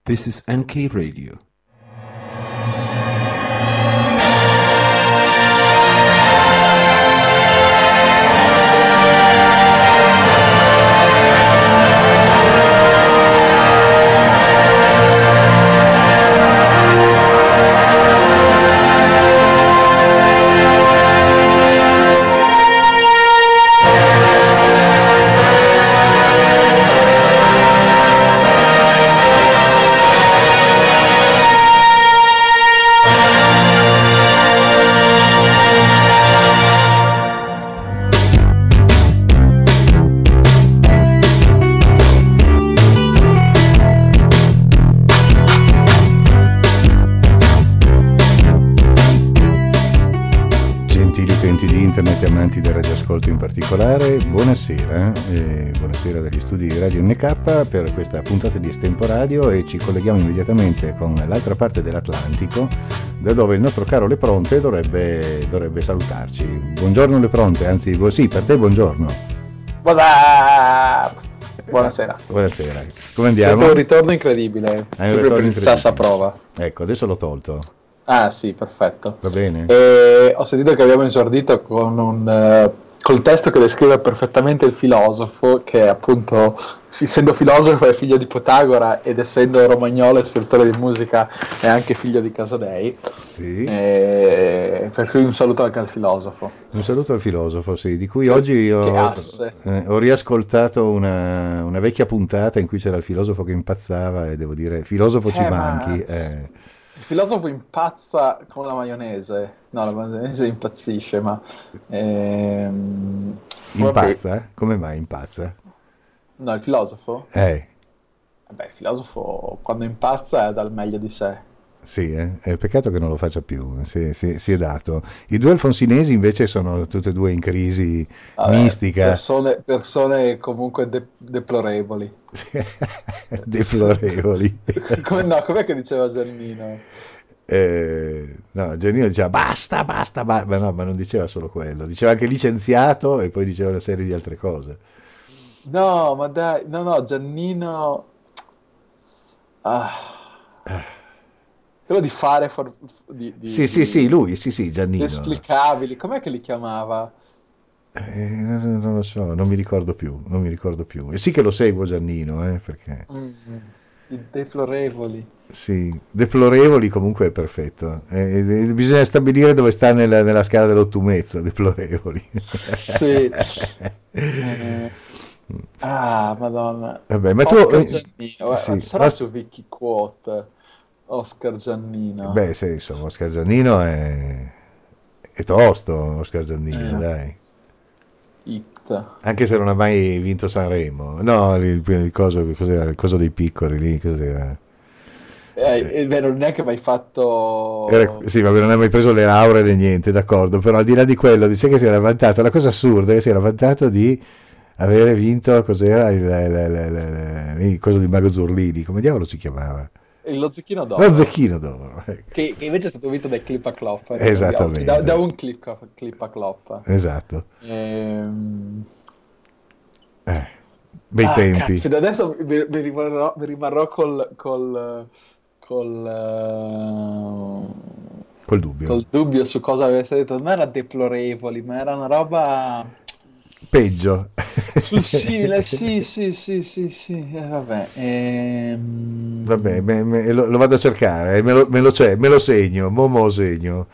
This is NK Radio. Amanti del radioascolto in particolare, buonasera, buonasera dagli studi di Radio NK per questa puntata di Estemporadio, e ci colleghiamo immediatamente con l'altra parte dell'Atlantico, da dove il nostro caro Lepronte dovrebbe salutarci. Buongiorno Lepronte, anzi sì, per te buongiorno. Buonasera. Buonasera, come andiamo? Sempre un ritorno incredibile, sempre per il Sassa Prova. Ecco, adesso l'ho tolto. Ah sì, perfetto. Va bene. Ho sentito che abbiamo esordito con col testo che descrive perfettamente il filosofo, che appunto, essendo filosofo è figlio di Pitagora, ed essendo romagnolo e istruttore di musica è anche figlio di Casadei. Sì. Per cui un saluto anche al filosofo. Un saluto al filosofo, sì, di cui oggi ho riascoltato una vecchia puntata in cui c'era il filosofo che impazzava, e devo dire, filosofo ci manchi. Il filosofo impazza con la maionese. No, la maionese impazzisce, ma... Impazza? Come mai impazza? No, il filosofo? Beh, il filosofo quando impazza è dal meglio di sé. Sì, è peccato che non lo faccia più, si è dato. I due alfonsinesi invece sono tutte e due in crisi mistica. Persone comunque deplorevoli. Deplorevoli. Com'è che diceva Giannino? No, Giannino diceva basta, ma non diceva solo quello, diceva anche licenziato, e poi diceva una serie di altre cose. No, ma dai, no, Giannino... quello di fare Sì, lui, Giannino. Inesplicabili, com'è che li chiamava? Non lo so, non mi ricordo più. E sì che lo seguo Giannino, perché... I deplorevoli. Sì, deplorevoli comunque è perfetto. Bisogna stabilire dove sta nella scala dell'ottumezzo, deplorevoli. Sì. Madonna. Vabbè, ma Oscar Giannino, sarà su Wikiquote. Oscar Giannino. Beh, sì, insomma, Oscar Giannino è tosto, Oscar Giannino, dai. Anche se non ha mai vinto Sanremo. No, il coso dei piccoli lì, cos'era? Non è neanche mai fatto... Sì, vabbè, non ha mai preso le lauree né niente, d'accordo, però al di là di quello, dice che si era vantato, la cosa assurda è che si era vantato di avere vinto, cos'era, il coso di Mago Zurlini, come diavolo si chiamava? Lo Zecchino d'Oro. Lo Zecchino d'Oro, ecco. Che invece è stato vinto da Clip a Clop. Esattamente. Da un Clip a Clop. Esatto. Bei tempi. Caspita, adesso mi rimarrò col dubbio. Col dubbio su cosa avesse detto. Non era deplorevoli, ma era una roba... peggio. Sul simile, sì. Vabbè, lo vado a cercare, me lo segno, mo segno.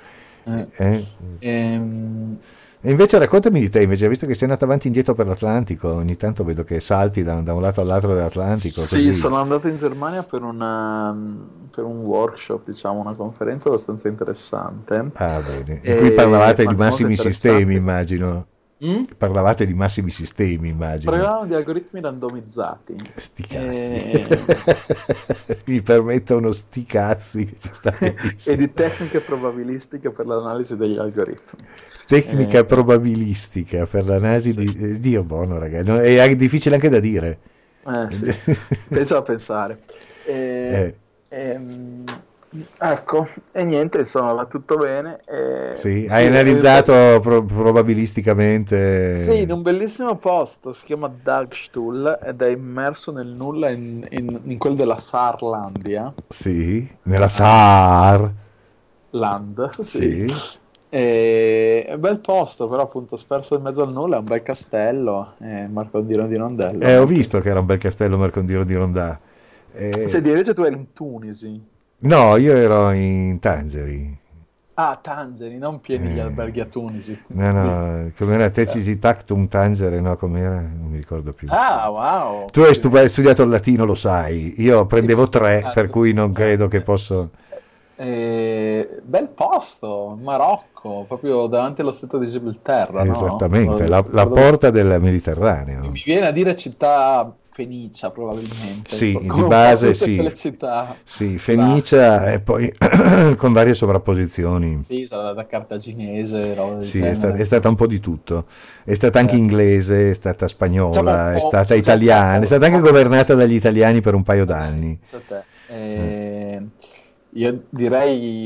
E invece raccontami di te, invece, visto che sei andato avanti e indietro per l'Atlantico, ogni tanto vedo che salti da un lato all'altro dell'Atlantico. Sì, così. Sono andato in Germania per un workshop, diciamo, una conferenza abbastanza interessante. Bene. In cui parlavate di massimi sistemi, immagino. Parlavate di massimi sistemi, immagino. Parlavamo di algoritmi randomizzati. Sti cazzi. Mi permetta uno sti cazzi che ci sta e di tecniche probabilistiche per l'analisi degli algoritmi. Tecnica probabilistica per l'analisi di... Dio buono, ragazzi. È difficile anche da dire. Sì. Penso a pensare. Ecco, e niente, insomma, va tutto bene. Sì, Sì, hai analizzato probabilisticamente. sì, in un bellissimo posto, si chiama Dagstuhl ed è immerso nel nulla in quello della Saarlandia. Sì, nella Ah, SAR. Land, sì. Sì. È un bel posto, però appunto sperso in mezzo al nulla, è un bel castello, Marcondino di Rondello, Ho molto visto interessante. che era un bel castello Marcondiro di Rondà. Senti, Eh, invece tu eri in Tunisi. no, io ero in Tangeri. Ah, Tangeri, non pieni gli alberghi a Tunisi. No, Di- no, com'era Tecisi Tactum Tangere, no, com'era? Non mi ricordo più. Ah, wow, Tu hai complimenti. studiato il latino, lo sai. Io Sì, prendevo tre, per certo. cui non credo che posso. Bel posto, Marocco, proprio davanti allo Stato di Gibilterra, no? Esattamente, la porta del Mediterraneo. Mi viene a dire città fenicia, probabilmente, Sì, di come un po' base tutte sì. quelle città Sì, classiche. Fenicia e poi con varie sovrapposizioni. Sì, sarà da cartaginese, roba del Sì, genere. è stata un po' di tutto. È stata anche Certo. inglese, è stata Diciamo un spagnola, è po', stata cioè, italiana, è stata anche governata dagli italiani per un paio d'anni. pensa a te. Eh. Io direi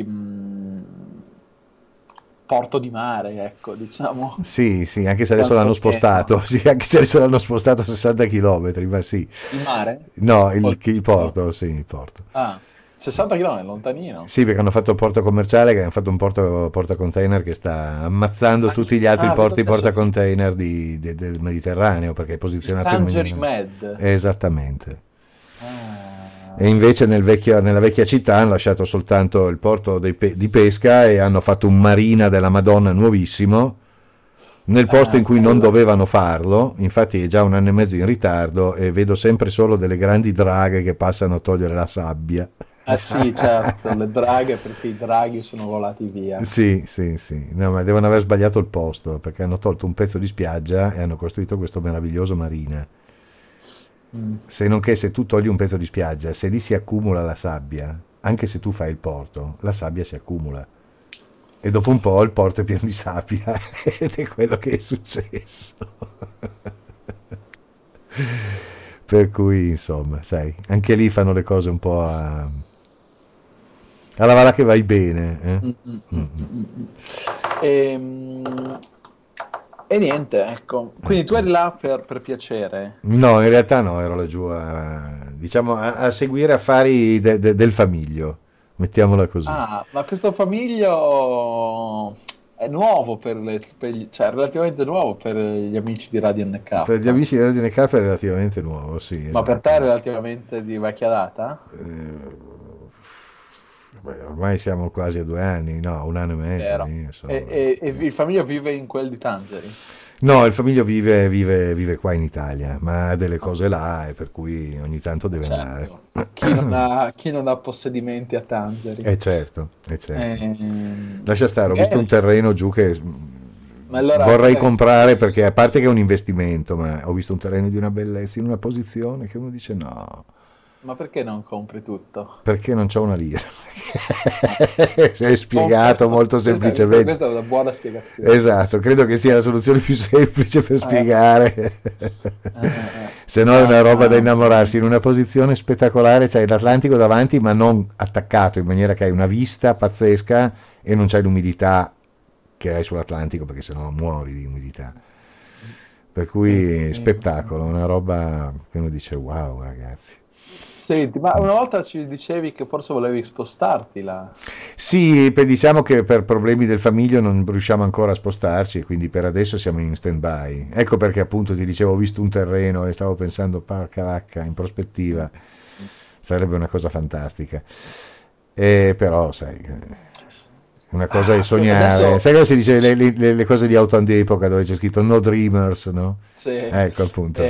porto di mare, ecco, diciamo. Sì, sì, anche se adesso l'hanno spostato, Quantomeno. sì, anche se adesso l'hanno spostato a 60 km, ma sì. Il mare? No, O il porto, sì, il porto. Ah, 60 km, lontanino. Sì, perché hanno fatto il porto commerciale, che hanno fatto un porto portacontainer che sta ammazzando tutti gli altri Vedo porti che adesso portacontainer del Mediterraneo, perché è il posizionato in Tangery maniera. Med. Esattamente. E Ah, invece nella vecchia città hanno lasciato soltanto il porto di pesca e hanno fatto un marina della Madonna nuovissimo, nel posto in cui non bello. dovevano farlo. Infatti è già un anno e mezzo in ritardo e vedo sempre solo delle grandi draghe che passano a togliere la sabbia. Ah sì, certo, le draghe perché i draghi sono volati via. Sì, sì, sì, no, ma devono aver sbagliato il posto perché hanno tolto un pezzo di spiaggia e hanno costruito questo meraviglioso marina. Mm. Se non che se tu togli un pezzo di spiaggia, se lì si accumula la sabbia, anche se tu fai il porto, la sabbia si accumula. E dopo un po' il porto è pieno di sabbia ed è quello che è successo. Per cui, insomma, sai, anche lì fanno le cose un po' alla vara che vai bene. Mm, mm, Mm, mm, mm. mm, mm. Ehm, E, niente, ecco. Quindi tu Ecco. eri là per piacere. No, in realtà no, ero laggiù diciamo, a seguire affari del famiglio, mettiamola così. Ah, ma questo famiglio è nuovo cioè relativamente nuovo per gli amici di Radio NK. Per gli amici di Radio NK è relativamente nuovo, sì, Ma per te è esatto. relativamente di vecchia data? Beh, ormai siamo quasi a 2 anni, no, un anno e mezzo Vero. lì, insomma. E il famiglio vive in quel di Tangeri? No, il famiglio vive qua in Italia, ma ha delle Ok, cose là e per cui ogni tanto deve andare. certo. Chi non ha possedimenti a Tangeri? Certo, è certo. Ehm, Lascia stare, ho visto un Bene. terreno giù che Ma allora vorrei cos'è che ti comprare perché a interessa? parte che è un investimento, ma ho visto un terreno di una bellezza in una posizione che uno dice no, Ma perché non compri tutto? perché non c'ho una lira. Ah. Si è spiegato molto semplicemente. Questa è una buona spiegazione. Esatto, credo che sia la soluzione più semplice per Eh, spiegare. Se no è una roba da ma innamorarsi in una posizione spettacolare, c'hai l'Atlantico davanti ma non attaccato in maniera che hai una vista pazzesca e non c'hai l'umidità che hai sull'Atlantico perché sennò muori di umidità. Per cui spettacolo, una roba che uno dice wow ragazzi. senti, ma una volta ci dicevi che forse volevi spostarti là. Sì, diciamo che per problemi del famiglio non riusciamo ancora a spostarci, quindi per adesso siamo in stand-by. Ecco perché appunto ti dicevo, ho visto un terreno e stavo pensando, porca vacca, in prospettiva sarebbe una cosa fantastica. Però, sai, una cosa è sognare. Adesso Sai cosa si dice, le cose di auto d'epoca dove c'è scritto no dreamers, no? sì, Ecco appunto.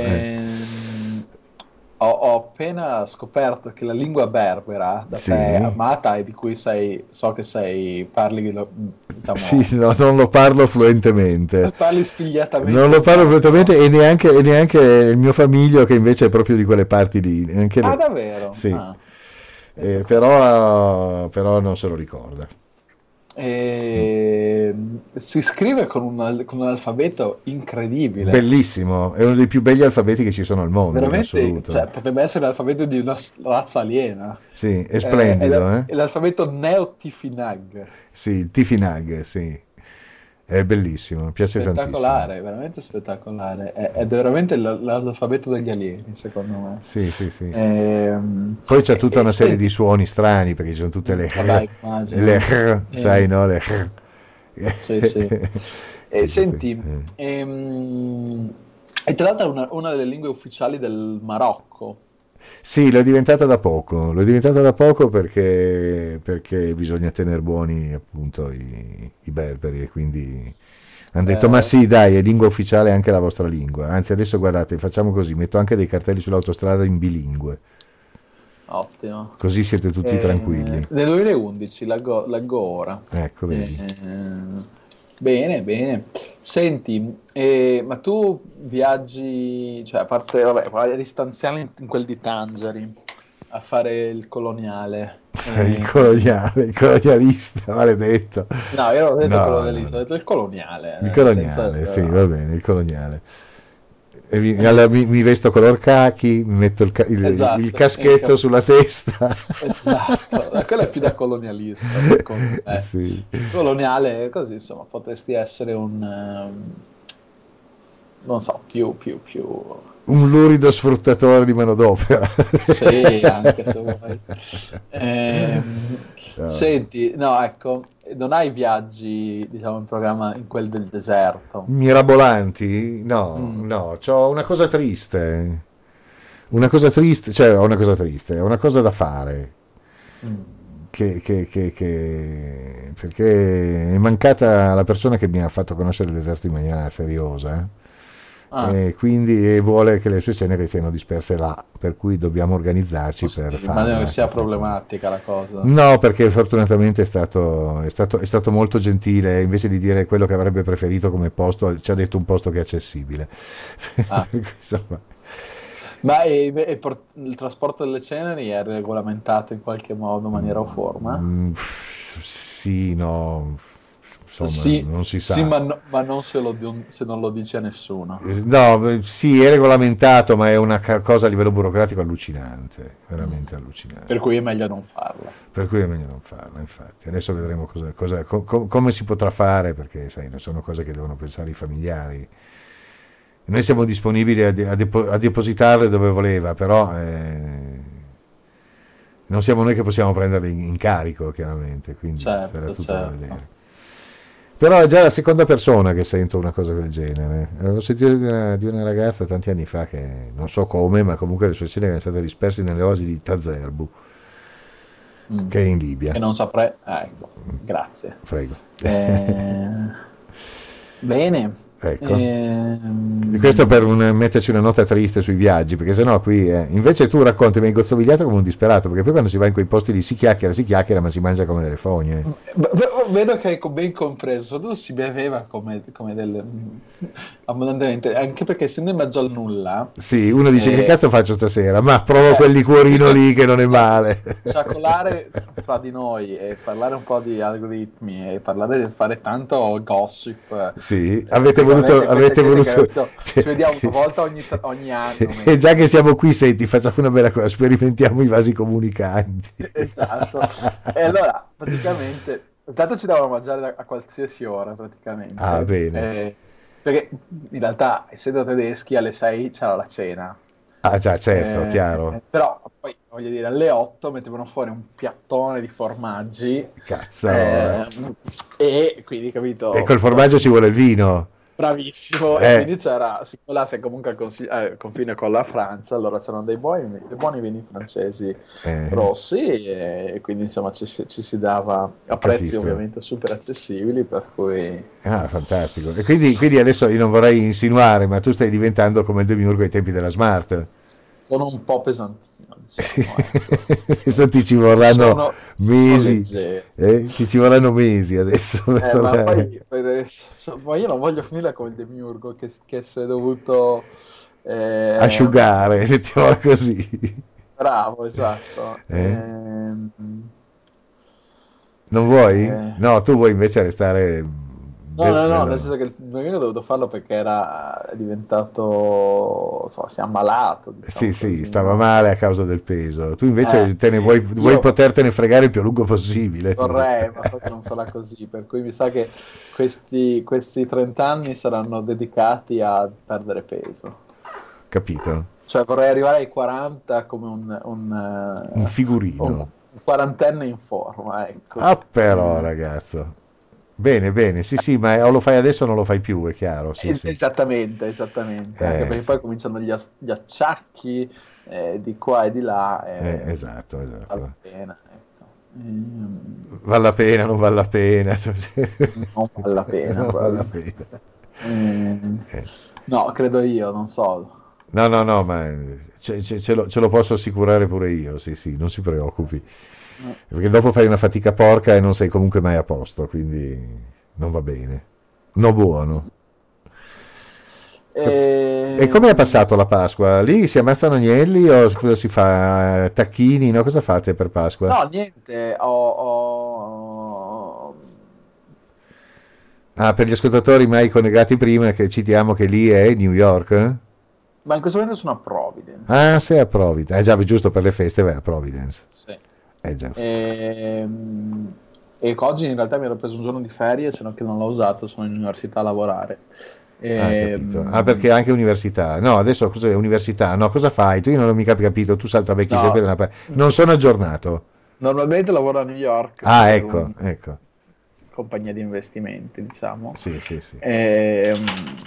ho appena scoperto che la lingua berbera da te Sì, amata e di cui so che parli, sì, diciamo, no, non lo parlo fluentemente. parli Non spigliatamente lo il parlo berbero. fluentemente e neanche il mio famiglio che invece è proprio di quelle parti lì. Neanche Ah, lui. davvero? Sì. Ah, pensa a te. Però non se lo ricorda. E si scrive con un alfabeto incredibile. Bellissimo, è uno dei più belli alfabeti che ci sono al mondo, in Veramente, assoluto. cioè, potrebbe essere l'alfabeto di una razza aliena. Sì, è splendido, È l'alfabeto Neo-Tifinagh. Sì, il Tifinagh, sì. È bellissimo, mi piace tantissimo. Spettacolare, veramente spettacolare. È veramente l'alfabeto degli alieni, secondo me. Sì, sì, sì. Poi c'è tutta una serie di Senti, suoni strani, perché ci sono tutte vabbè, le immagino. sai, Eh, no? Le sì, sì. Sì, sì. Senti, è tra l'altro una delle lingue ufficiali del Marocco. Sì, l'ho diventata da poco perché bisogna tenere buoni appunto i berberi e quindi hanno detto ma Eh, sì dai è lingua ufficiale anche la vostra lingua, anzi adesso guardate facciamo così, metto anche dei cartelli sull'autostrada in bilingue, Ottimo. così siete tutti tranquilli, Nel 2011, leggo ora. ecco vedi. Bene, bene. Senti, ma tu viaggi, cioè a parte, vabbè, eri stanziale in quel di Tangeri a fare il coloniale. Il colonialista, maledetto. No, io non ho detto No, no, colonialista, ho no. detto il Il coloniale, senza... coloniale, sì, va bene, il coloniale. Allora mi vesto color cachi, mi metto il Esatto, caschetto sulla testa. esatto, quello è più da colonialista, secondo me. Sì. Coloniale, così insomma, potresti essere non so, più... Un lurido sfruttatore di manodopera. Sì, anche se vuoi. No. Senti, no, ecco, non hai viaggi, diciamo, in programma in quel del deserto. Mirabolanti? No, Mm, no, c'ho una cosa triste. Una cosa triste, cioè ho una cosa triste, ho una cosa da fare. mm. Perché è mancata la persona che mi ha fatto conoscere il deserto in maniera seriosa. Ah, E quindi vuole che le sue ceneri siano disperse là, per cui dobbiamo organizzarci così, per immagino che farla sia questa cosa. problematica la cosa. No, perché fortunatamente è stato molto gentile, invece di dire quello che avrebbe preferito come posto, ci ha detto un posto che è accessibile. Ah. Per cui, insomma, Ma il trasporto delle ceneri è regolamentato in qualche modo, maniera o forma? sì, no, insomma, Sì, non si sì, sa. ma non se non lo dice a nessuno. No, sì, è regolamentato, ma è una cosa a livello burocratico allucinante, Mm. veramente allucinante. Per cui è meglio non farla. Per cui è meglio non farlo, infatti. Adesso vedremo come si potrà fare, perché sai, non sono cose che devono pensare i familiari. Noi siamo disponibili a depositarle dove voleva, però non siamo noi che possiamo prenderle in carico, chiaramente, quindi sarà Certo, tutto da certo. vedere. Però è già la seconda persona che sento una cosa del genere. Avevo sentito di una ragazza tanti anni fa che non so come, ma comunque le sue ceneri erano state disperse nelle oasi di Tazerbu, Mm. che è in Libia. Che non saprei. Ecco, grazie. Prego. Eh, bene. Ecco. Questo per Ehm, metterci una nota triste sui viaggi, perché sennò qui invece tu racconti, mi hai gozzovigliato come un disperato, perché poi quando si va in quei posti lì si chiacchiera, ma si mangia come delle fogne. Vedo che hai ben compreso, soprattutto si beveva come del... abbondantemente, anche perché essendo in mezzo al nulla, Sì, uno dice che eh, cazzo faccio stasera, ma provo quel liquorino eh, lì che non è male. ciacolare fra di noi e parlare un po' di algoritmi e parlare di fare tanto gossip, Sì, avete voluto, ultimamente questa avete gente che voluto. ci vediamo una volta ogni anno, E già che siamo qui, senti, facciamo una bella cosa, sperimentiamo i vasi comunicanti. esatto. E allora, praticamente, intanto ci davano da mangiare a qualsiasi ora, Ah, praticamente. bene. Perché in realtà, essendo tedeschi, alle 6 c'era la cena. Ah, già, certo, chiaro. Però poi, voglio dire, alle 8 mettevano fuori un piattone di formaggi Cazzarola. eh, e quindi, E capito, col formaggio ci vuole il vino. bravissimo. E Eh, quindi c'era, siccome là sei comunque al confine con la Francia, allora c'erano dei buoni vini francesi eh, rossi e quindi insomma ci si dava a prezzi capisco. ovviamente super accessibili, per cui Ah, fantastico. E quindi adesso io non vorrei insinuare, ma tu stai diventando come il Demiurgo ai tempi della Smart. sono un po' pesantino, diciamo, ecco. Adesso ti ci Non vorranno sono mesi, leggero. ti ci vorranno mesi adesso per Ma tornare poi ma io non voglio finire come il Demiurgo che si è dovuto asciugare, mettiamola così. bravo, esatto. Eh? Non vuoi? Eh, No, tu vuoi invece restare no, nel senso che il bambino ho dovuto farlo perché è diventato, insomma, si è ammalato, Sì, diciamo sì, così, stava no? male a causa del peso. Tu invece te ne Sì, vuoi io potertene fregare il più a lungo possibile. Tu. vorrei, ma so che non sarà così, per cui mi sa che questi 30 anni saranno dedicati a perdere peso. Capito? Cioè vorrei arrivare ai 40 come Un un figurino. quarantenne in forma, ecco. Ah, però, ragazzo. Bene, bene, sì, sì, ma o lo fai adesso o non lo fai più, è chiaro, sì, sì. Esattamente, esattamente, anche perché Sì. poi cominciano gli acciacchi di qua e di là, e Esatto, vale la esatto. pena, ecco. Vale la pena, non vale la pena. Cioè, Non vale la pena, non vale la probabilmente. pena. Ehm, Eh. no, credo io, non so. No, no, no, ma ce lo posso assicurare pure io, sì, sì, non si preoccupi. No. Perché dopo fai una fatica porca e non sei comunque mai a posto, quindi non va bene. No buono. Cap- E come è Ehm, passato la Pasqua? Lì si ammazzano agnelli o cosa si fa? Tacchini, no? Cosa fate per Pasqua? no, niente, Ah, per gli ascoltatori mai collegati prima, che citiamo che lì è New York? Eh? ma in questo momento sono a Providence. Ah, sei a Providence. Già, giusto per le feste vai a Providence. Sì. Giusto. Ehm, E, oggi in realtà mi ero preso un giorno di ferie, se no che non l'ho usato, sono in università a lavorare. Ah, capito. Ah, Ehm, perché anche università. No, adesso cos'è università? No, cosa fai? Tu io non ho mica capito, tu saltabecchi sempre da no, una parte. Non sono aggiornato. normalmente lavoro a New York Ah, per ecco, una ecco. compagnia di investimenti, diciamo. Sì, sì, sì. Ehm,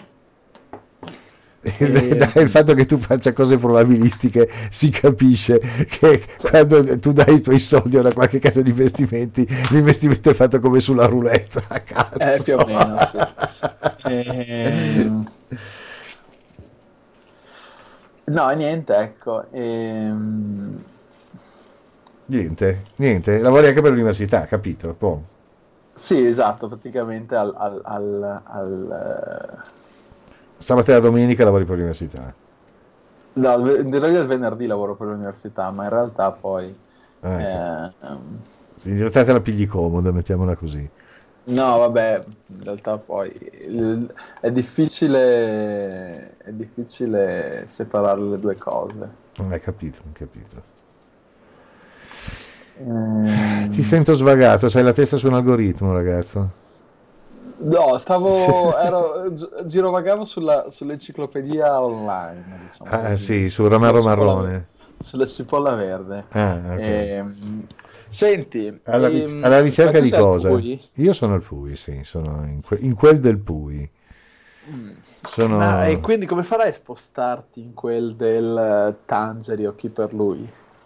Dai, il ehm, fatto che tu faccia cose probabilistiche si capisce che quando tu dai i tuoi soldi a una qualche casa di investimenti, l'investimento è fatto come sulla roulette, a più o cazzo. meno, sì. Ehm, no, niente, ecco. Niente, niente, lavori anche per l'università, capito? Boh. Sì, esatto, praticamente Sabato e la domenica lavori per l'università. no, in realtà il venerdì lavoro per l'università, ma in realtà poi Ah, ecco. eh, ehm, In realtà te la pigli comoda, mettiamola così. no, vabbè, in realtà poi è difficile separare le due cose. Non hai capito, non hai capito. Ti Ehm, sento svagato, sai la testa su un algoritmo, ragazzo. no, girovagavo sull'enciclopedia online, diciamo Ah, così, sì, sul ramarro marrone. sulla cipolla verde. Ah, ok. Senti, Alla ma ricerca tu di sei al cosa? Pui? Io sono al Pui, sì, sono in quel del Pui. Mm. Ma e Sono... quindi come farai a spostarti in quel del Tangeri o chi per lui?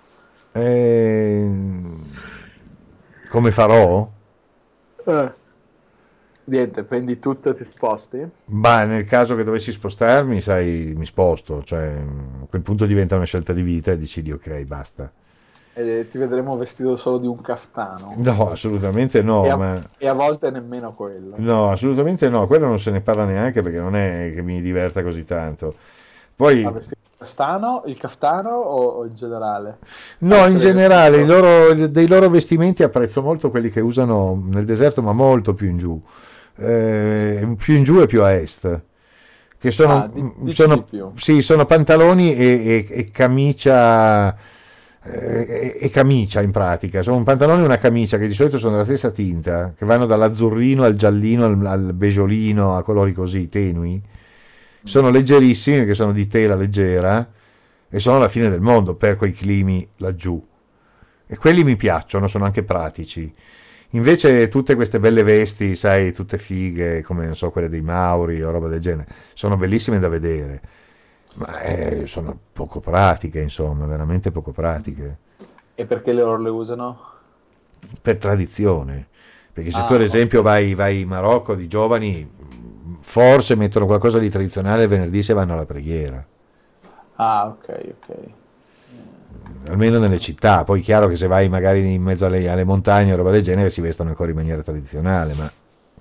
Come farò? Eh. Niente, prendi tutto e ti sposti? Ma nel caso che dovessi spostarmi, sai, mi sposto, cioè a quel punto diventa una scelta di vita e decidi ok, basta. E ti vedremo vestito solo di un caftano. No, assolutamente no, ma E a volte nemmeno quello. no, assolutamente no, quello non se ne parla neanche perché non è che mi diverta così tanto. Ma Poi, vestito il caftano o in generale? A no, in essere generale, vestito... dei loro vestimenti apprezzo molto quelli che usano nel deserto, ma molto più in giù. Più in giù e più a est. Che Ah, dici di più. sì, sono pantaloni e camicia. E camicia in pratica, sono un pantalone e una camicia che di solito sono della stessa tinta, che vanno dall'azzurrino al giallino al beggiolino a colori così tenui. Sono leggerissimi perché sono di tela leggera e sono la fine del mondo per quei climi laggiù. E quelli mi piacciono, sono anche pratici. Invece tutte queste belle vesti, sai, tutte fighe, come non so, quelle dei Mauri o roba del genere, sono bellissime da vedere, ma sono poco pratiche, insomma, veramente poco pratiche, E perché loro le usano? per tradizione. Perché se tu ad Ah, esempio ok. vai in Marocco di giovani, forse mettono qualcosa di tradizionale il venerdì se vanno alla preghiera. Ah, ok, ok. Almeno nelle città, poi chiaro che se vai magari in mezzo alle montagne o roba del genere si vestono ancora in maniera tradizionale, ma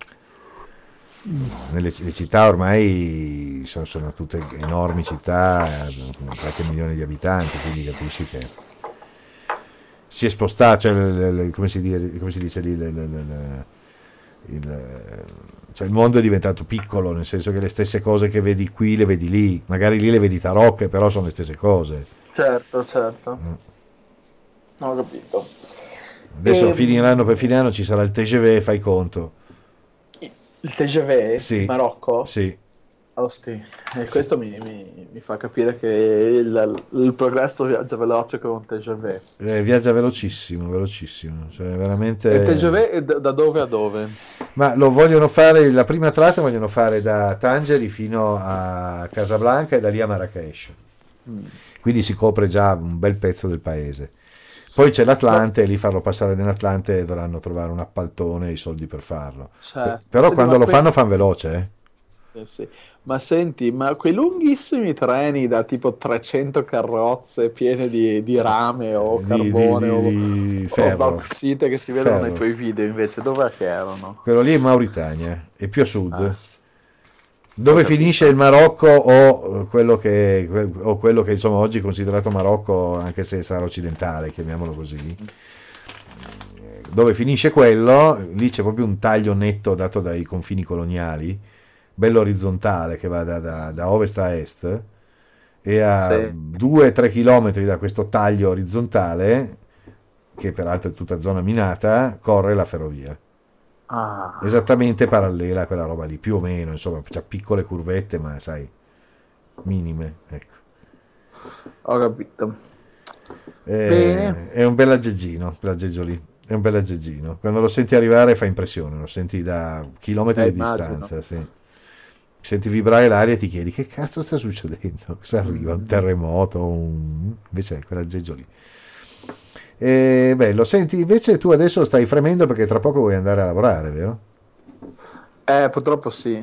le città ormai sono tutte enormi città con qualche milione di abitanti, quindi capisci che si è spostato, cioè, come si dice lì, cioè il mondo è diventato piccolo, nel senso che le stesse cose che vedi qui le vedi lì, magari lì le vedi tarocche, però sono le stesse cose. Certo. Ho capito. Adesso finiranno, per fine anno ci sarà il TGV, fai conto. Il TGV? Sì. Marocco? Sì. Sì. Questo mi fa capire che il progresso viaggia veloce come un TGV. Viaggia velocissimo, cioè veramente. Il TGV da dove a dove? Ma lo vogliono fare, la prima tratta vogliono fare da Tangeri fino a Casablanca e da lì a Marrakesh. Quindi si copre già un bel pezzo del paese. Poi c'è l'Atlante e lì farlo passare nell'Atlante dovranno trovare un appaltone e i soldi per farlo. Però quando lo fanno veloce, Sì. Ma senti, ma quei lunghissimi treni da tipo 300 carrozze piene di rame o carbone di o ferro, bauxite che si vedono nei tuoi video, invece dove che erano? Quello lì è Mauritania, è più a sud. Dove finisce il Marocco o quello che insomma oggi è considerato Marocco, anche se sarà occidentale, chiamiamolo così. Dove finisce quello, lì c'è proprio un taglio netto dato dai confini coloniali, bello orizzontale, che va da ovest a est, e a 2-3 chilometri da questo taglio orizzontale, che peraltro è tutta zona minata, corre la ferrovia. Esattamente parallela a quella roba lì, più o meno, insomma, c'ha piccole curvette, ma sai, minime, ecco. Ho capito. Bene. È un bel aggeggino, quell'aggeggio lì, è un bel aggeggino. Quando lo senti arrivare fa impressione, lo senti da chilometri di distanza, sì. Senti vibrare l'aria e ti chiedi che cazzo sta succedendo, cosa arriva, un terremoto, invece è quell'aggeggio lì. Bello, senti, invece tu adesso stai fremendo perché tra poco vuoi andare a lavorare, vero? Purtroppo sì.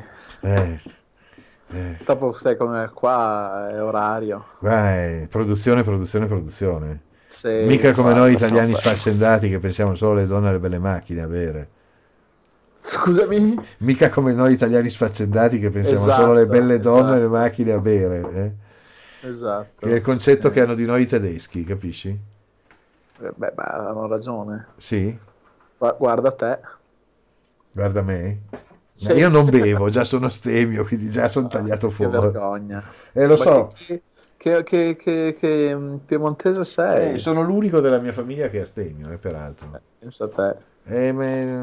Dopo sai come qua è orario. Produzione. Sì, mica come noi italiani sfaccendati che pensiamo solo alle donne e alle belle macchine a bere. Scusami? Mica come noi italiani sfaccendati che pensiamo solo alle belle donne e alle macchine a bere. Esatto. Che è il concetto che hanno di noi i tedeschi, capisci? Beh, ma hanno ragione. Sì? Guarda te. Guarda me. Sì. Io non bevo, già sono stemio, quindi già sono tagliato fuori. Che vergogna. Lo so. Che piemontese sei? Sono l'unico della mia famiglia che è astemio, peraltro. Pensa a te. Ma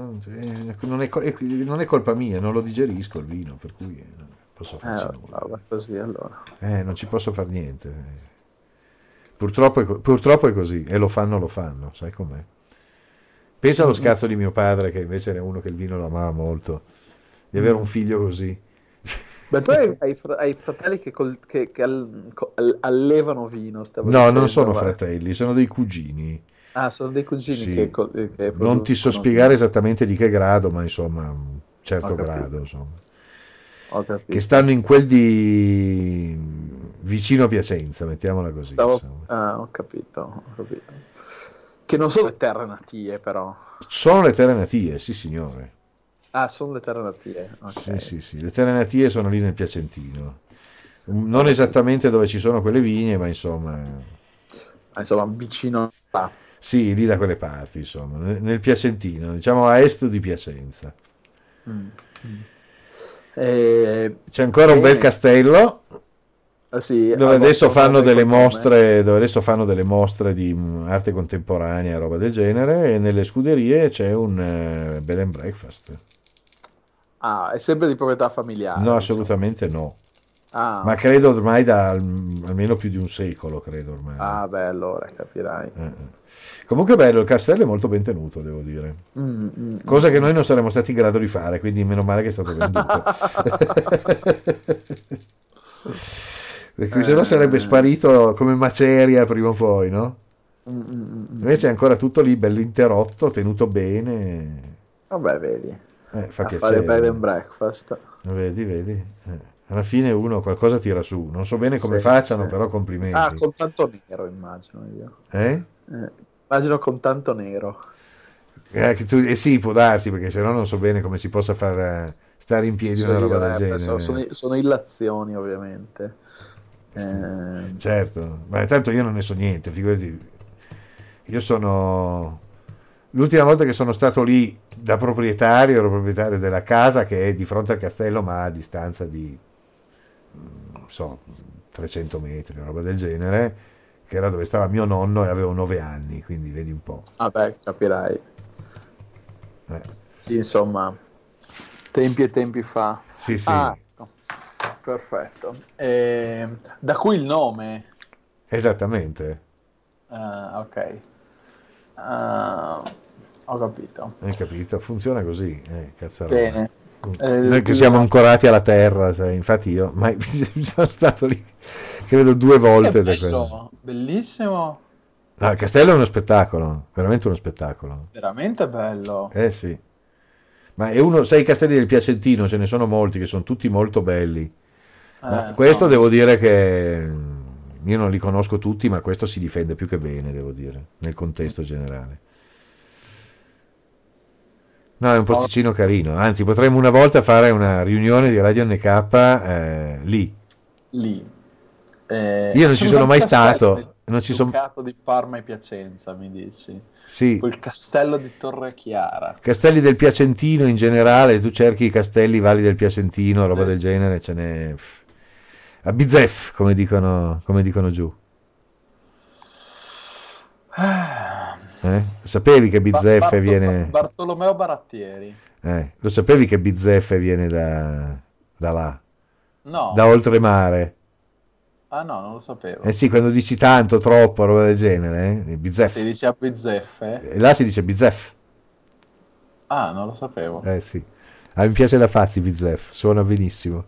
non è colpa mia, non lo digerisco il vino, per cui non posso farci nulla. Così allora. Non ci posso fare niente. Purtroppo è così, e lo fanno, sai com'è. Pensa allo scazzo di mio padre, che invece era uno che il vino lo amava molto, di avere un figlio così. Beh, tu hai fratelli che allevano vino. No, non sono fratelli, sono dei cugini. Sono dei cugini sì. che non ti so spiegare esattamente di che grado, ma insomma un certo grado, insomma. Che stanno in quel di vicino a Piacenza, mettiamola così. Ho capito. Che non sono le terre natie, però. Sono le terre natie, sì signore. Sono le terre natie. Okay. Sì, le terre natie sono lì nel Piacentino. Non esattamente dove ci sono quelle vigne, ma insomma vicino a... Sì, lì da quelle parti, insomma, nel Piacentino, diciamo a est di Piacenza. C'è ancora un bel castello dove adesso fanno delle mostre di arte contemporanea e roba del genere, e nelle scuderie c'è un bed and breakfast. È sempre di proprietà familiare? No, assolutamente no. Ma credo ormai da almeno più di un secolo, credo ormai. Beh, allora capirai. Comunque bello, il castello è molto ben tenuto, devo dire. Cosa che noi non saremmo stati in grado di fare, quindi meno male che è stato venduto. Perché se no sarebbe sparito come maceria prima o poi, no? Invece è ancora tutto lì, bello interrotto, tenuto bene. Vabbè, vedi. Fa piacere. Fare bed and breakfast. Vedi. Alla fine uno qualcosa tira su. Non so bene come facciano, però complimenti. Con tanto nero, immagino io. Immagino con tanto nero. Sì, può darsi, perché se no non so bene come si possa far stare in piedi una roba del genere. Sono illazioni, ovviamente. Certo, ma tanto io non ne so niente, figurati. io sono... L'ultima volta che sono stato lì da proprietario, ero proprietario della casa che è di fronte al castello, ma a distanza di, non so, 300 metri, una roba del genere, che era dove stava mio nonno e avevo 9 anni, quindi vedi un po'. Vabbè, capirai. Eh, Sì, insomma, tempi e tempi fa. sì, Ah, sì, ecco. Perfetto. Da cui il nome. esattamente. Ok. Ah, ho capito. Hai capito? Funziona così, cazzarola. Bene. Noi che siamo ancorati alla terra, sai, infatti io mai sono stato lì, credo 2 volte da quello. Bello, bellissimo, Ah, il castello è uno spettacolo, veramente uno spettacolo. veramente bello. Eh sì. Ma è uno, sai, i castelli del Piacentino, ce ne sono molti che sono tutti molto belli. Ma questo No, devo dire che io non li conosco tutti, ma questo si difende più che bene, devo dire, nel contesto generale. No, è un ho- posticino carino. Anzi, potremmo una volta fare una riunione di Radio NK lì. lì. Io non ci Sono sono vari mai castelli nel stato. Non ci sono. Ducato di Parma e Piacenza, mi dici? Sì, Quel castello di Torre Chiara. castelli del Piacentino in generale. Tu cerchi i castelli valli del Piacentino, roba del Sì. genere. Ce n'è a bizzef, come dicono giù. Ah, Sapevi che bizzeffe viene. Bartolomeo Barattieri. Lo sapevi che bizzeffe viene da là, da No, oltremare. ah no, non lo Eh sapevo. sì, quando dici tanto, troppo, roba del genere, Si bizzef. dice a bizzeffe? E là si dice bizzef. Ah, non lo sapevo. Eh sì. Ah, mi piace da pazzi bizzef, suona benissimo.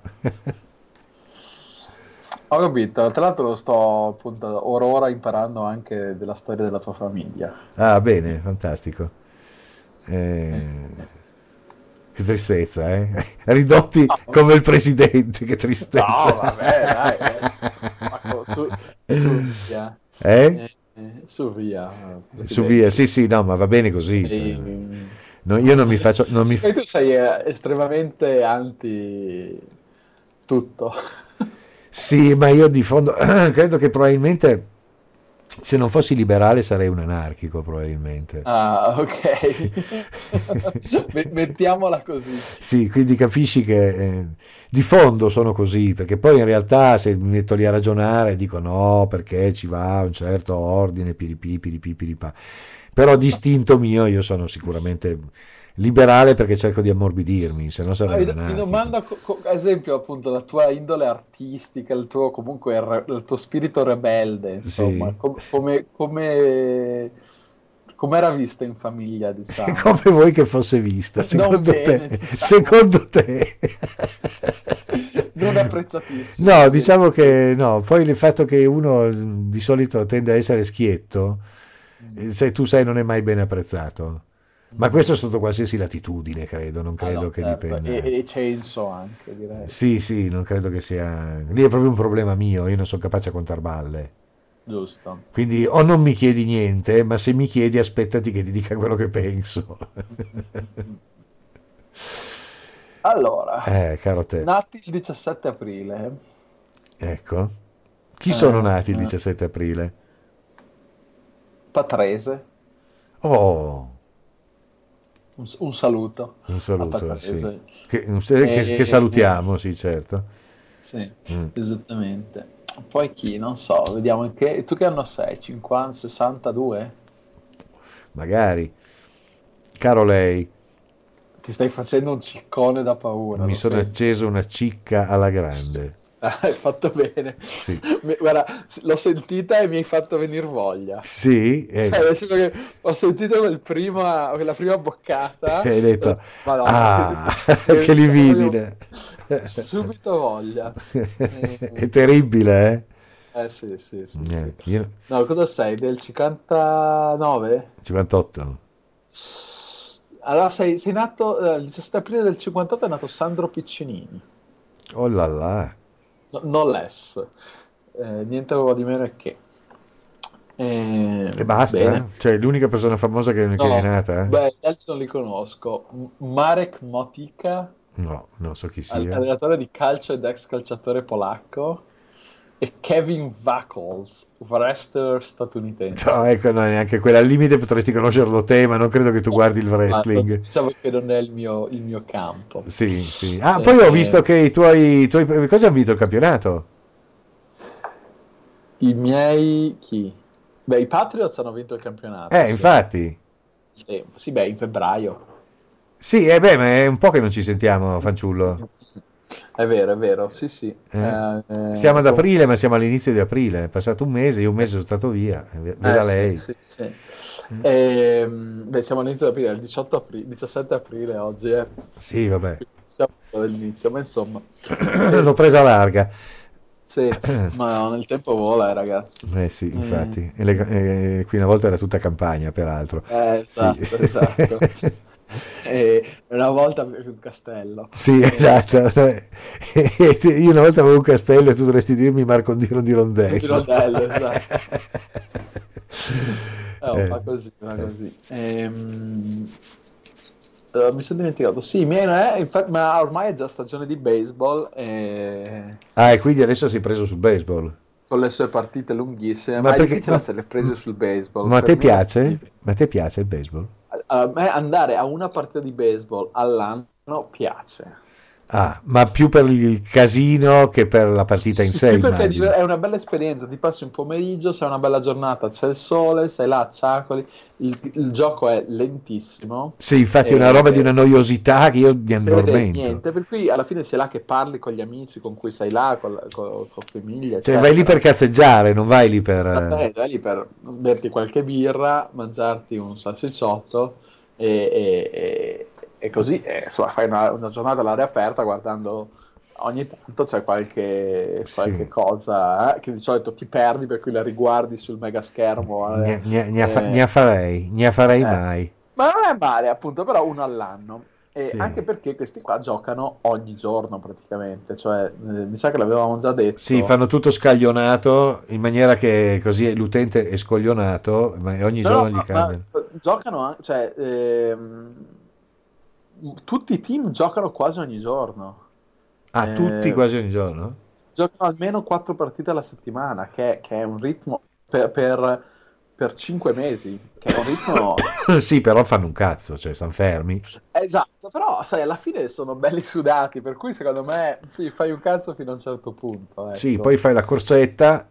Ho capito, tra l'altro lo sto appunto ora imparando anche della storia della tua famiglia. Ah, bene, fantastico. Eh, Eh, eh. che tristezza, eh? Ridotti No, come il presidente, che no, tristezza. vabbè, dai, Marco, su via. Eh? Su via, Su via, presidente. sì, sì, no, ma va bene Tu così. sei, No, io non mi faccio, non mi, e tu sei estremamente anti tutto. sì, ma io di fondo credo che probabilmente se non fossi liberale sarei un anarchico, probabilmente. Ah, ok. Sì, Mettiamola così. sì, quindi capisci che di fondo sono così, perché poi in realtà se mi metto lì a ragionare dico no, perché ci va un certo ordine, piripi, piripi, piripà. Però d'istinto mio io sono sicuramente liberale perché cerco di ammorbidirmi, se no Ah, sarei un mi anarchico. domando, ad esempio, appunto, la tua indole artistica, il tuo comunque il tuo spirito rebelde, insomma, Sì. com'era vista in famiglia, diciamo? Come vuoi che fosse vista, Non secondo te? bene, diciamo, Secondo te? non apprezzatissima, No, addirittura. diciamo che no, poi il fatto che uno di solito tende a essere schietto, Mm, se tu sai non è mai ben apprezzato. Ma mm. questo sotto qualsiasi latitudine, credo, non Ah credo no, che certo, dipenda. e censo anche, direi. Sì, sì, non credo che sia. Lì è proprio un problema mio, io non sono capace a contar balle. Giusto. Quindi o non mi chiedi niente, ma se mi chiedi aspettati che ti dica quello che penso. Mm, mm, mm, mm. Allora, Caro te. nati il 17 aprile, Ecco. Chi sono nati il eh, 17 aprile? Patrese, Oh, un saluto un a saluto, sì. Patrese. Che E, salutiamo, sì, certo. sì, Mm, esattamente. Poi chi? Non so, vediamo tu che anno sei? 50, 62? magari. Caro lei, Ti stai facendo un ciccone da paura, mi lo sono sento. acceso una cicca alla grande. Hai fatto bene. Sì. Guarda, l'ho sentita e mi hai fatto venire voglia. Sì, Cioè, nel senso che ho sentito quella prima boccata, hai detto, Madonna, ah, mi è che venuta proprio libidine. subito voglia. È terribile, Sì, sì, sì, eh? sì. Io, No, cosa sei? Del 59? 58. Allora, sei nato, il 17 aprile del 58 è nato Sandro Piccinini, Oh là là. no less. Niente avevo di meno che. E Bene. basta? Cioè, l'unica persona famosa che è No, nata? beh, gli altri non li conosco. Marek Motika, No, non so chi sia. allenatore di calcio ed ex calciatore polacco. e Kevin Wackles, wrestler statunitense. No, ecco, no, neanche quella. Al limite potresti conoscerlo te, ma non credo che tu guardi il wrestling. Diciamo che non è il mio campo. Sì, sì. Ah, poi ho visto che i tuoi cosa hanno vinto il campionato? I miei chi? Beh, i Patriots hanno vinto il campionato. Sì. Infatti. Sì, beh, in febbraio. Sì, beh, ma è un po' che non ci sentiamo, fanciullo. È vero, sì, sì. Siamo ad aprile, ma siamo all'inizio di aprile. È passato un mese, io un mese sono stato via. Veda lei. Sì, sì. Beh, siamo all'inizio di aprile, il 17 aprile oggi. Sì, vabbè. Siamo all'inizio, ma insomma. L'ho presa larga. Sì, ma nel tempo vola, ragazzi. Sì, infatti. Qui una volta era tutta campagna, peraltro. Esatto, sì. Esatto. Una volta avevi un castello. Sì, esatto. Io una volta avevo un castello e tu dovresti dirmi Marcondino di Rondello. Di Rondello, esatto. Fa così. Mi sono dimenticato. Sì, infatti, ma ormai è già stagione di baseball. E quindi adesso si è preso sul baseball. Con le sue partite lunghissime. Ma è perché difficile essere preso sul baseball. Ma a te piace? Ma a te piace il baseball? A me andare a una partita di baseball all'anno piace. Ma più per il casino che per la partita in sé, perché immagino. è una bella esperienza, ti passi un pomeriggio, sei una bella giornata, c'è il sole, sei là, acciacoli, il gioco è lentissimo. Sì, infatti è una roba di una noiosità che io mi addormento. Niente, per cui alla fine sei là che parli con gli amici con cui sei là, con famiglia. Cioè vai lì per cazzeggiare, non vai lì per... Vai lì per berti qualche birra, mangiarti un salsicciotto e così, insomma, fai una giornata all'aria aperta guardando, ogni tanto c'è qualche cosa che di solito ti perdi, per cui la riguardi sul mega schermo. Ne farei mai. Ma non è male, appunto, però uno all'anno. Sì. Anche perché questi qua giocano ogni giorno praticamente, cioè mi sa che l'avevamo già detto. Sì, fanno tutto scaglionato in maniera che così l'utente è scoglionato, ma ogni giorno gli cambiano. Giocano, tutti i team giocano quasi ogni giorno. Tutti quasi ogni giorno? Giocano almeno 4 partite alla settimana, che è un ritmo per 5 mesi, che è un ritmo... Sì, però fanno un cazzo, cioè stanno fermi. Esatto, però sai, alla fine sono belli sudati, per cui secondo me sì, fai un cazzo fino a un certo punto. Ecco. Sì, poi fai la corsetta.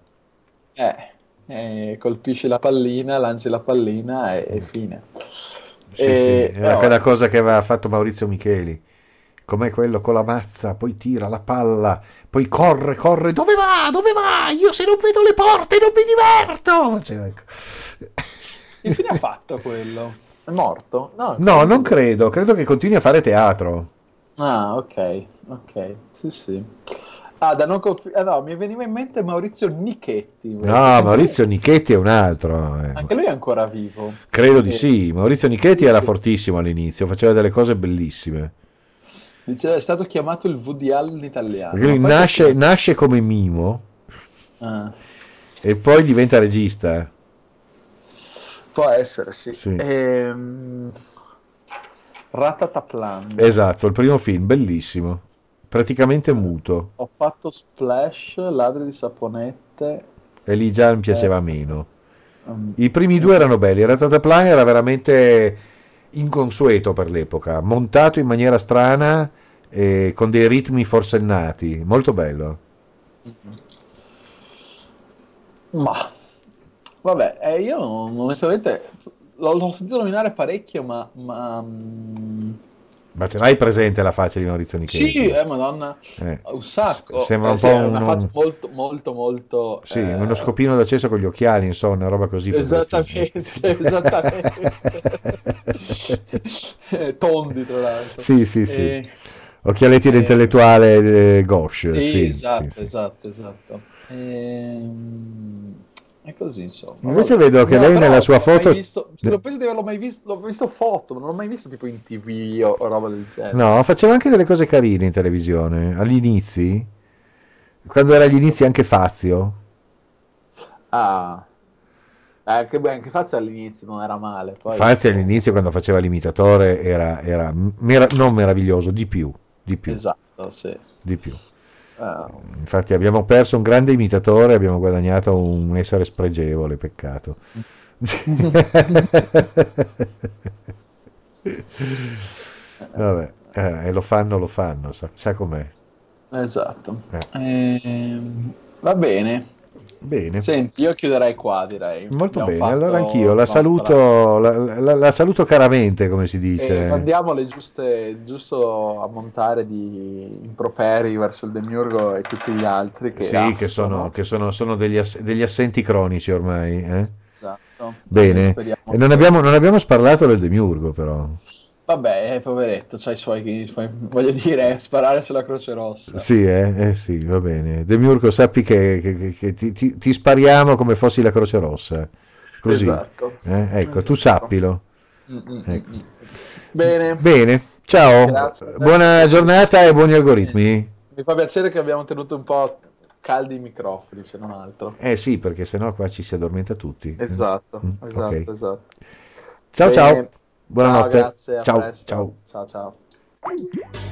Colpisci la pallina, lanci la pallina e fine. Sì, era quella cosa che aveva fatto Maurizio Micheli. Com'è quello con la mazza, poi tira la palla, poi corre, dove va? Io se non vedo le porte non mi diverto. Ecco. Che fine ha fatto quello? È morto? No, non credo che continui a fare teatro. Ah, ok, sì. No, mi veniva in mente Maurizio Nichetti. No, Maurizio Nichetti è un altro. Anche lui è ancora vivo. Credo di sì. Maurizio Nichetti era fortissimo all'inizio, faceva delle cose bellissime. È stato chiamato il Woody Allen italiano. Lui nasce come mimo e poi diventa regista. Può essere, sì. Ratataplan. Esatto, il primo film, bellissimo. Praticamente muto. Ho fatto Splash, Ladri di saponette. E lì già mi piaceva meno. I primi due erano belli. Ratataplan era veramente inconsueto per l'epoca, montato in maniera strana e con dei ritmi forsennati, molto bello. Ma vabbè, io onestamente l'ho sentito nominare parecchio, ma ce l'hai presente la faccia di Maurizio Nichetti? Sì, madonna, un sacco. Sembra un po' una faccia molto sì, uno scopino d'acceso con gli occhiali, insomma, una roba così. Esattamente. Tondi, tra l'altro. Sì. Occhialetti da intellettuale gauche. Sì, esatto. È così, insomma. Invece vedo che lei nella sua foto... Penso di averlo mai visto, l'ho visto foto, ma non l'ho mai visto tipo in TV o roba del genere. No, faceva anche delle cose carine in televisione, agli inizi, quando era agli inizi anche Fazio. Anche Fazio all'inizio non era male. Poi... Fazio all'inizio quando faceva l'imitatore era non meraviglioso, di più. Esatto, sì. Di più. Infatti abbiamo perso un grande imitatore, abbiamo guadagnato un essere spregevole, peccato. Vabbè, lo fanno, sa com'è. Esatto. Eh. Va bene. Bene. Senti, io chiuderei qua, direi. Molto Abbiamo bene, allora anch'io il la nostro- saluto, la saluto caramente, come si dice. mandiamo le giusto ammontare di improperi verso il Demiurgo e tutti gli altri che Sì, assono. sono degli assenti cronici ormai. Esatto. E Bene, speriamo e che... non abbiamo parlato del Demiurgo, però. Vabbè, poveretto, c'ha voglio dire, sparare sulla Croce Rossa. Sì, sì, va bene. Demiurgo, sappi che ti spariamo come fossi la Croce Rossa. Così. Esatto. Ecco, tu Esatto. sappilo. Mm, mm, Ecco. mm. Bene. Bene, ciao, Grazie. buona giornata e buoni algoritmi. Mi fa piacere che abbiamo tenuto un po' caldi i microfoni, se non altro. Sì, perché sennò qua ci si addormenta tutti. Esatto, Ok. esatto. Ciao ciao, Bene. Ciao, buonanotte. grazie, a Ciao presto. ciao. Ciao, ciao.